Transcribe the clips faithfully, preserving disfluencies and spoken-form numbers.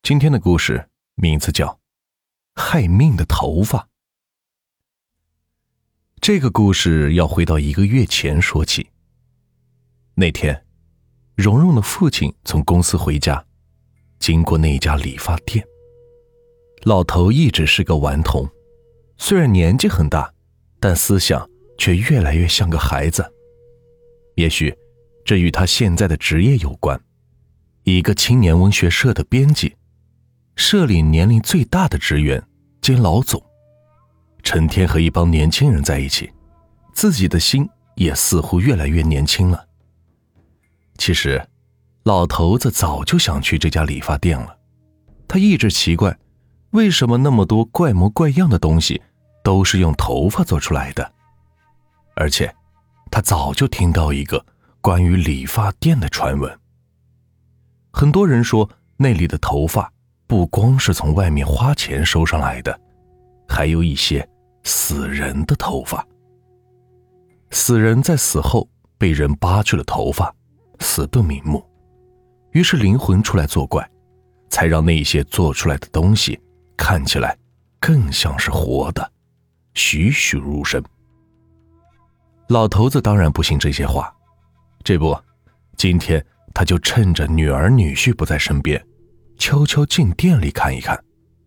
今天的故事名字叫害命的头发。这个故事要回到一个月前说起。那天，蓉蓉的父亲从公司回家，经过那家理发店。老头一直是个顽童，虽然年纪很大，但思想却越来越像个孩子。也许这与他现在的职业有关，一个青年文学社的编辑，社里年龄最大的职员兼老总，成天和一帮年轻人在一起，自己的心也似乎越来越年轻了。其实老头子早就想去这家理发店了，他一直奇怪为什么那么多怪模怪样的东西都是用头发做出来的。而且他早就听到一个关于理发店的传闻，很多人说那里的头发不光是从外面花钱收上来的，还有一些死人的头发。死人在死后被人扒去了头发，死不瞑目，于是灵魂出来作怪，才让那些做出来的东西看起来更像是活的，栩栩如生。老头子当然不信这些话，这不，今天他就趁着女儿女婿不在身边，悄悄进店里看一看。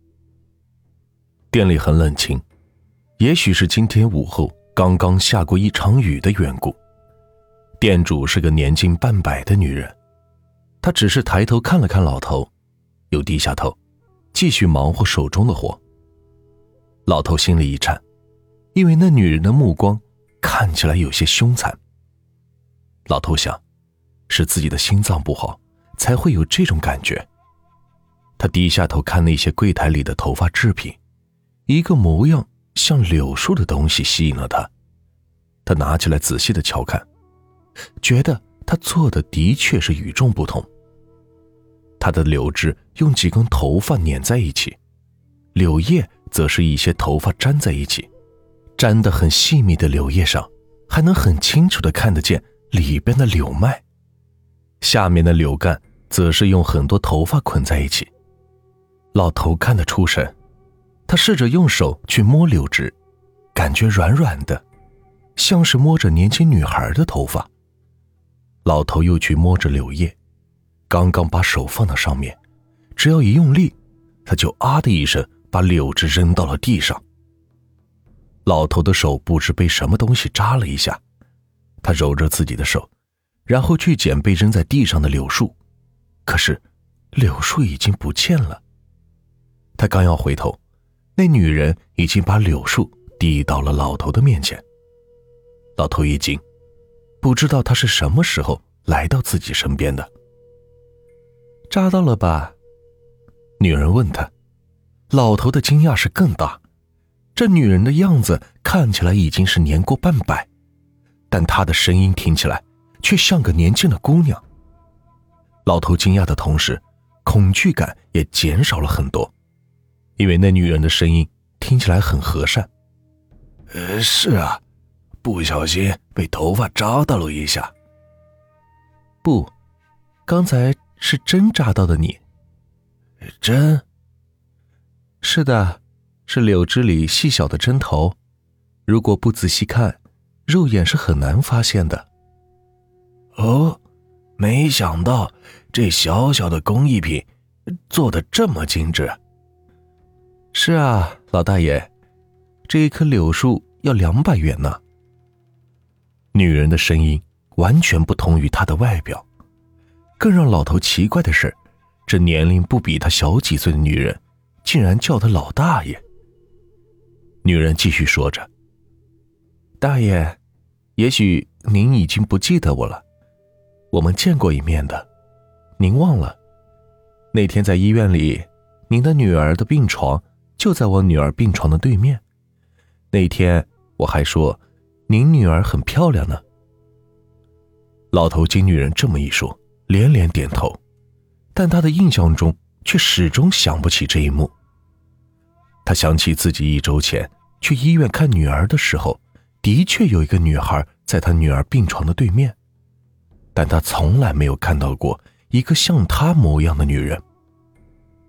店里很冷清，也许是今天午后刚刚下过一场雨的缘故。店主是个年近半百的女人，她只是抬头看了看老头，又低下头，继续忙活手中的活。老头心里一颤，因为那女人的目光看起来有些凶残。老头想，是自己的心脏不好，才会有这种感觉。他低下头看那些柜台里的头发制品，一个模样像柳树的东西吸引了他。他拿起来仔细地瞧看，觉得他做的的确是与众不同。他的柳枝用几根头发粘在一起，柳叶则是一些头发粘在一起，粘得很细密的柳叶上还能很清楚地看得见里边的柳脉，下面的柳干则是用很多头发捆在一起。老头看得出神，他试着用手去摸柳枝，感觉软软的，像是摸着年轻女孩的头发。老头又去摸着柳叶，刚刚把手放到上面，只要一用力，他就啊的一声把柳枝扔到了地上。老头的手不知被什么东西扎了一下，他揉着自己的手，然后去捡被扔在地上的柳树，可是柳树已经不见了。他刚要回头，那女人已经把柳树递到了老头的面前。老头一惊，不知道他是什么时候来到自己身边的。扎到了吧？女人问他。老头的惊讶是更大，这女人的样子看起来已经是年过半百，但她的声音听起来却像个年轻的姑娘。老头惊讶的同时，恐惧感也减少了很多，因为那女人的声音听起来很和善。 呃，是啊，不小心被头发扎到了一下。 不，刚才是针扎到的你。 针？ 是的，是柳枝里细小的针头，如果不仔细看，肉眼是很难发现的。 哦，没想到这小小的工艺品做得这么精致。 是啊，老大爷，这一棵柳树要两百元呢。女人的声音完全不同于她的外表，更让老头奇怪的是，这年龄不比他小几岁的女人竟然叫他老大爷。女人继续说着，大爷，也许您已经不记得我了，我们见过一面的，您忘了？那天在医院里，您的女儿的病床就在我女儿病床的对面，那天我还说您女儿很漂亮呢。老头经女人这么一说，连连点头，但他的印象中却始终想不起这一幕。他想起自己一周前去医院看女儿的时候，的确有一个女孩在他女儿病床的对面，但他从来没有看到过一个像她模样的女人。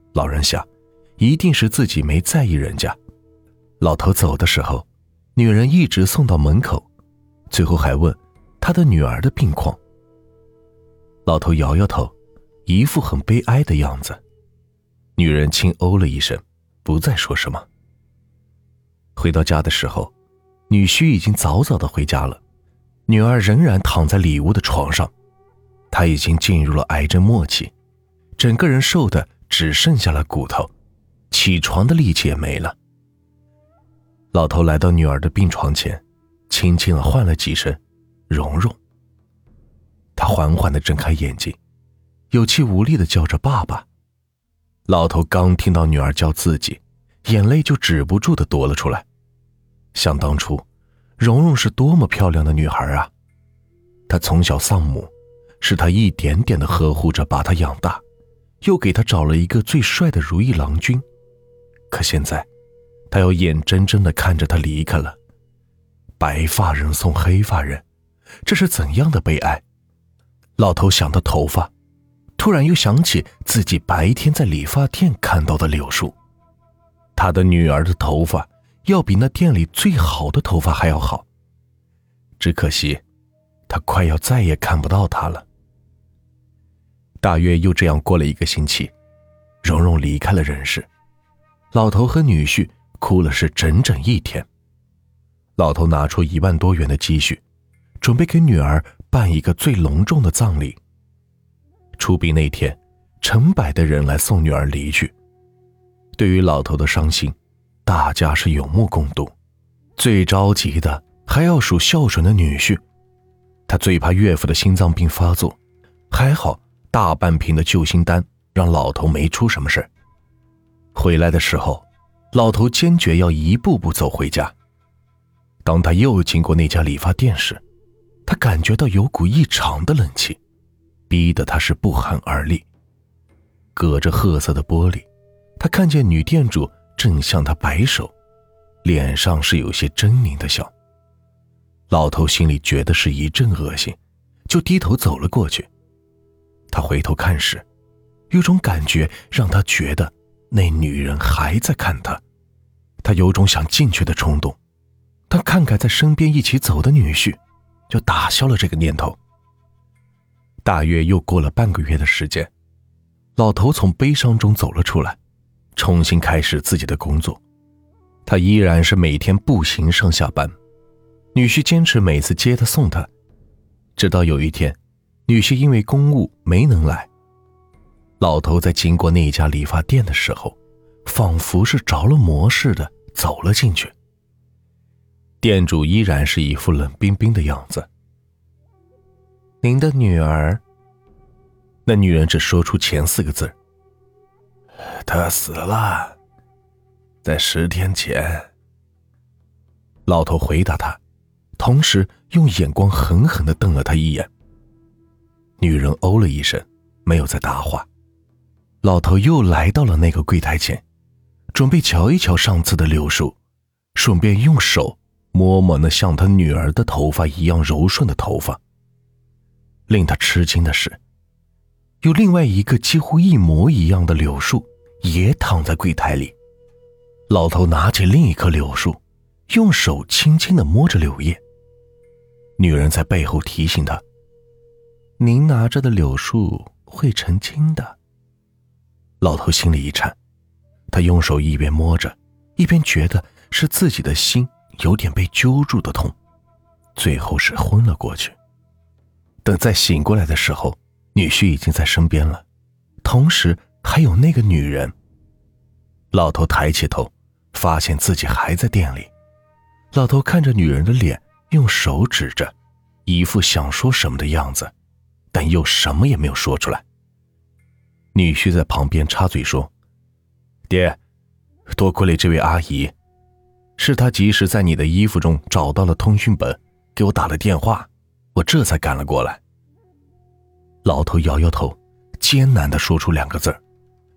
老人想，一定是自己没在意人家。老头走的时候，女人一直送到门口，最后还问他的女儿的病况。老头摇摇头，一副很悲哀的样子。女人轻哦了一声，不再说什么。回到家的时候，女婿已经早早的回家了，女儿仍然躺在里屋的床上，她已经进入了癌症末期，整个人瘦的只剩下了骨头，起床的力气也没了。老头来到女儿的病床前，轻轻地唤了几声蓉蓉。他缓缓地睁开眼睛，有气无力地叫着爸爸。老头刚听到女儿叫自己，眼泪就止不住地夺了出来。想当初蓉蓉是多么漂亮的女孩啊，她从小丧母，是她一点点地呵护着把她养大，又给她找了一个最帅的如意郎君。可现在他要眼睁睁地看着他离开了，白发人送黑发人，这是怎样的悲哀？老头想到头发，突然又想起自己白天在理发店看到的柳树，他的女儿的头发要比那店里最好的头发还要好，只可惜他快要再也看不到她了。大约又这样过了一个星期，蓉蓉离开了人世，老头和女婿哭了是整整一天。老头拿出一万多元的积蓄，准备给女儿办一个最隆重的葬礼。出殡那天，成百的人来送女儿离去。对于老头的伤心，大家是有目共睹。最着急的还要数孝顺的女婿，他最怕岳父的心脏病发作，还好大半瓶的救心丹让老头没出什么事。回来的时候，老头坚决要一步步走回家。当他又经过那家理发店时，他感觉到有股异常的冷气，逼得他是不寒而栗。隔着褐色的玻璃，他看见女店主正向他摆手，脸上是有些狰狞的笑。老头心里觉得是一阵恶心，就低头走了过去。他回头看时，有种感觉让他觉得那女人还在看他，他有种想进去的冲动，但看看在身边一起走的女婿，就打消了这个念头。大约又过了半个月的时间，老头从悲伤中走了出来，重新开始自己的工作。他依然是每天步行上下班，女婿坚持每次接他送他，直到有一天，女婿因为公务没能来。老头在经过那家理发店的时候，仿佛是着了魔似的走了进去。店主依然是一副冷冰冰的样子。您的女儿？那女人只说出前四个字。 她死了，在十天前。 老头回答他，同时用眼光狠狠地瞪了他一眼。女人哦了一声，没有再答话。老头又来到了那个柜台前，准备瞧一瞧上次的柳树，顺便用手摸摸那像他女儿的头发一样柔顺的头发。令他吃惊的是，有另外一个几乎一模一样的柳树也躺在柜台里。老头拿起另一棵柳树，用手轻轻地摸着柳叶。女人在背后提醒他，您拿着的柳树会成精的。老头心里一颤，他用手一边摸着，一边觉得是自己的心有点被揪住的痛，最后是昏了过去。等再醒过来的时候，女婿已经在身边了，同时还有那个女人。老头抬起头，发现自己还在店里。老头看着女人的脸，用手指着，一副想说什么的样子，但又什么也没有说出来。女婿在旁边插嘴说，爹，多亏了这位阿姨，是她及时在你的衣服中找到了通讯本，给我打了电话，我这才赶了过来。老头摇摇头，艰难地说出两个字儿，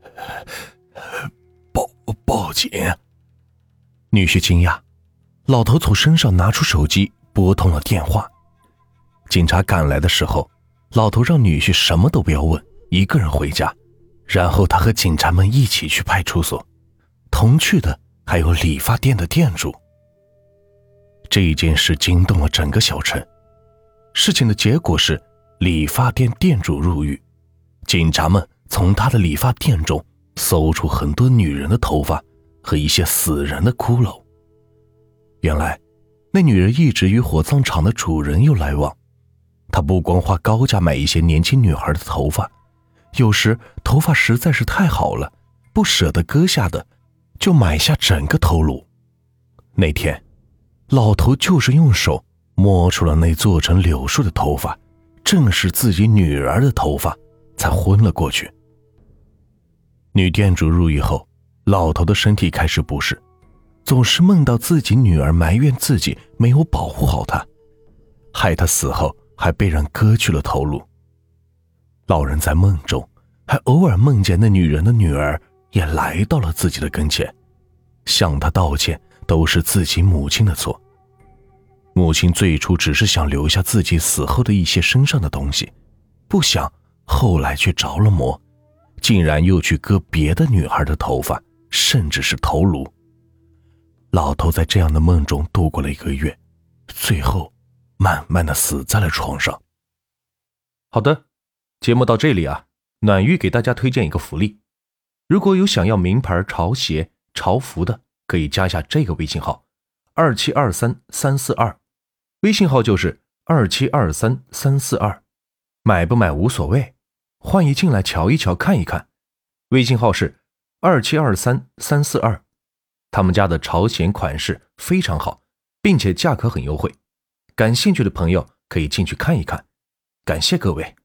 报报警。 女婿惊讶，老头从身上拿出手机拨通了电话。警察赶来的时候，老头让女婿什么都不要问，一个人回家， 然后他和警察们一起去派出所，同去的还有理发店的店主。这件事惊动了整个小城，事情的结果是理发店店主入狱，警察们从他的理发店中搜出很多女人的头发和一些死人的骷髅。原来那女人一直与火葬场的主人有来往，她不光花高价买一些年轻女孩的头发，有时头发实在是太好了，不舍得割下的，就买下整个头颅。那天老头就是用手摸出了那做成柳树的头发，正是自己女儿的头发，才昏了过去。女店主入狱后，老头的身体开始不适，总是梦到自己女儿埋怨自己没有保护好她，害她死后还被人割去了头颅。老人在梦中还偶尔梦见那女人的女儿也来到了自己的跟前，向他道歉都是自己母亲的错。母亲最初只是想留下自己死后的一些身上的东西，不想后来却着了魔，竟然又去割别的女孩的头发，甚至是头颅。老头在这样的梦中度过了一个月，最后慢慢的死在了床上。好的，节目到这里啊，暖玉给大家推荐一个福利，如果有想要名牌潮鞋潮服的，可以加一下这个微信号二七二三三四二，微信号就是二七二三三四二，买不买无所谓，欢迎进来瞧一瞧看一看。微信号是二七二三三四二，他们家的潮鞋款式非常好，并且价格很优惠，感兴趣的朋友可以进去看一看。感谢各位。